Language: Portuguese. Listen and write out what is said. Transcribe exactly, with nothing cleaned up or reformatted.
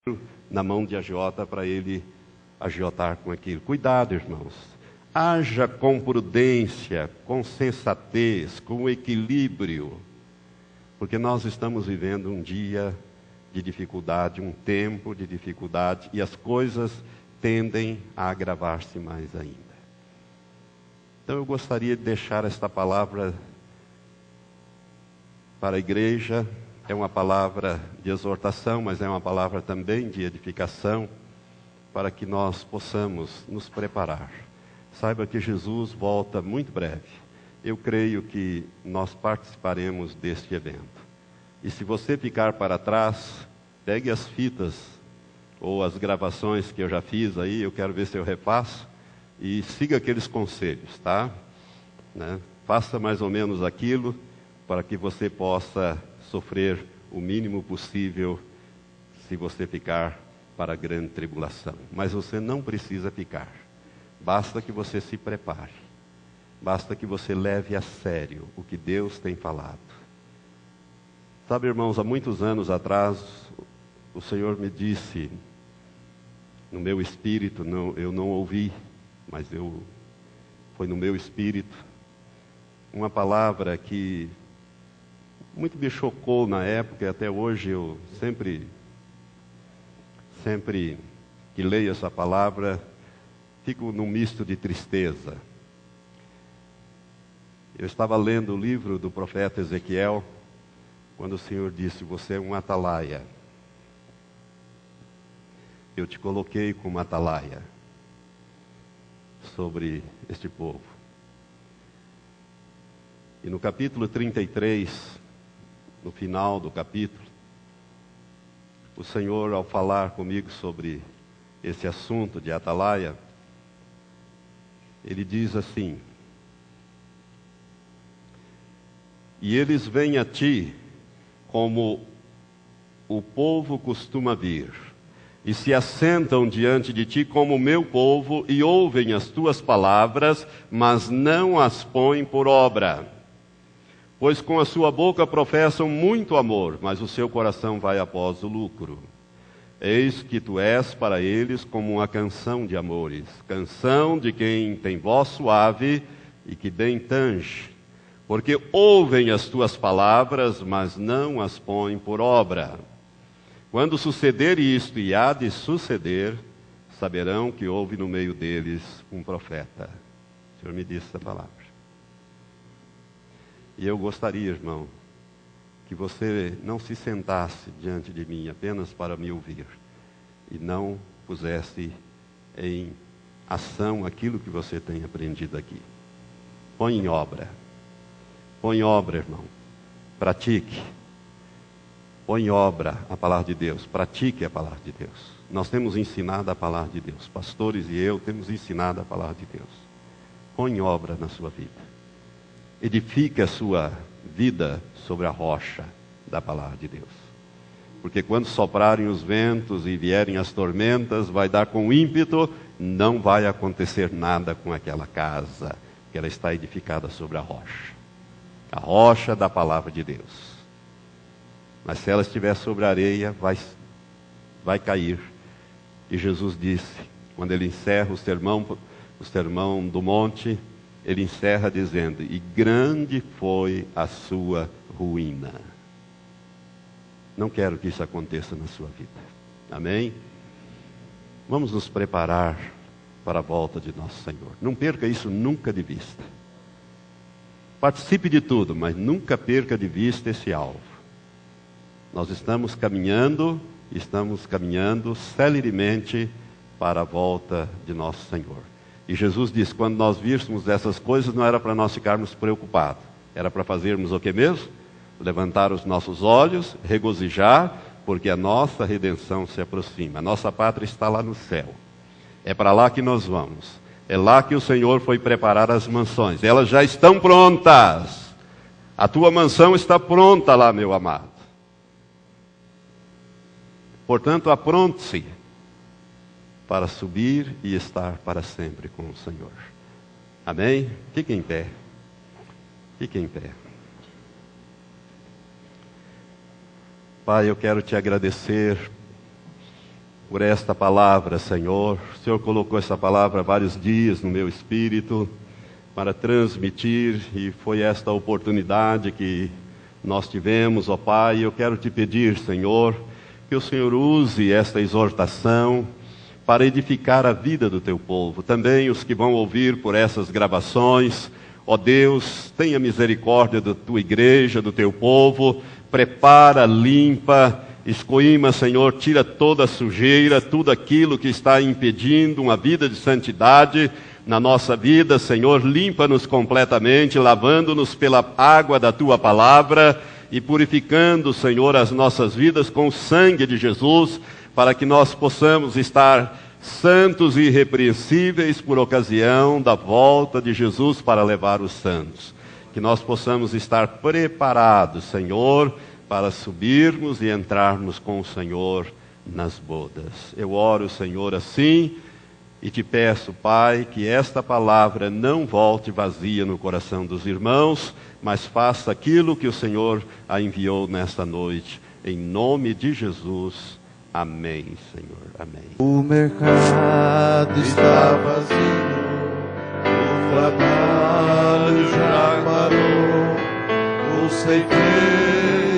na mão de agiota para ele agiotar com aquilo. Cuidado, irmãos. Haja com prudência, com sensatez, com equilíbrio, porque nós estamos vivendo um dia de dificuldade, um tempo de dificuldade, e as coisas tendem a agravar-se mais ainda. Então eu gostaria de deixar esta palavra para a igreja. É uma palavra de exortação, mas é uma palavra também de edificação, para que nós possamos nos preparar. Saiba que Jesus volta muito breve. Eu creio que nós participaremos deste evento. E se você ficar para trás, pegue as fitas ou as gravações que eu já fiz aí, eu quero ver se eu refaço, e siga aqueles conselhos, tá? Né? Faça mais ou menos aquilo para que você possa sofrer o mínimo possível se você ficar para a grande tribulação. Mas você não precisa ficar. Basta que você se prepare. Basta que você leve a sério o que Deus tem falado. Sabe, irmãos, há muitos anos atrás, o Senhor me disse, no meu espírito, não, eu não ouvi, mas eu, foi no meu espírito, uma palavra que muito me chocou na época, e até hoje eu sempre, sempre que leio essa palavra, fico num misto de tristeza. Eu estava lendo o livro do profeta Ezequiel, quando o Senhor disse, você é um atalaia. Eu te coloquei como atalaia sobre este povo. E no capítulo trinta e três, no final do capítulo, o Senhor, ao falar comigo sobre esse assunto de atalaia, ele diz assim, e eles vêm a ti como o povo costuma vir, e se assentam diante de ti como o meu povo, e ouvem as tuas palavras, mas não as põem por obra. Pois com a sua boca professam muito amor, mas o seu coração vai após o lucro. Eis que tu és para eles como uma canção de amores, canção de quem tem voz suave e que bem tange. Porque ouvem as tuas palavras, mas não as põem por obra. Quando suceder isto, e há de suceder, saberão que houve no meio deles um profeta. O Senhor me disse essa palavra. E eu gostaria, irmão, que você não se sentasse diante de mim apenas para me ouvir, e não pusesse em ação aquilo que você tem aprendido aqui. Põe em obra. Põe em obra, irmão. Pratique. Põe em obra a palavra de Deus. Pratique a palavra de Deus. Nós temos ensinado a palavra de Deus. Pastores e eu temos ensinado a palavra de Deus. Põe em obra na sua vida. Edifique a sua vida sobre a rocha da palavra de Deus. Porque quando soprarem os ventos e vierem as tormentas, vai dar com ímpeto, não vai acontecer nada com aquela casa, que ela está edificada sobre a rocha. A rocha da palavra de Deus. Mas se ela estiver sobre a areia, vai, vai cair. E Jesus disse, quando ele encerra o sermão, o sermão do monte, ele encerra dizendo, e grande foi a sua ruína. Não quero que isso aconteça na sua vida. Amém? Vamos nos preparar para a volta de nosso Senhor. Não perca isso nunca de vista. Participe de tudo, mas nunca perca de vista esse alvo. Nós estamos caminhando, estamos caminhando celeremente para a volta de nosso Senhor. E Jesus disse, quando nós víssemos essas coisas, não era para nós ficarmos preocupados. Era para fazermos o que mesmo? Levantar os nossos olhos, regozijar, porque a nossa redenção se aproxima. A nossa pátria está lá no céu. É para lá que nós vamos. É lá que o Senhor foi preparar as mansões. Elas já estão prontas. A tua mansão está pronta lá, meu amado. Portanto, apronte-se para subir e estar para sempre com o Senhor. Amém? Fique em pé. Fique em pé. Pai, eu quero te agradecer por esta palavra, Senhor. O Senhor colocou essa palavra há vários dias no meu espírito para transmitir, e foi esta oportunidade que nós tivemos, ó Pai. Eu quero te pedir, Senhor, que o Senhor use esta exortação para edificar a vida do teu povo, também os que vão ouvir por essas gravações. Ó Deus, tenha misericórdia da tua igreja, do teu povo, prepara, limpa, escoíma, Senhor, tira toda a sujeira, tudo aquilo que está impedindo uma vida de santidade na nossa vida, Senhor. Limpa-nos completamente, lavando-nos pela água da tua palavra e purificando, Senhor, as nossas vidas com o sangue de Jesus, para que nós possamos estar santos e irrepreensíveis por ocasião da volta de Jesus para levar os santos. Que nós possamos estar preparados, Senhor, para subirmos e entrarmos com o Senhor nas bodas. Eu oro, Senhor, assim, e te peço, Pai, que esta palavra não volte vazia no coração dos irmãos, mas faça aquilo que o Senhor a enviou nesta noite. Em nome de Jesus. Amém, Senhor. Amém. O mercado está vazio, o trabalho já parou, o ceifeiro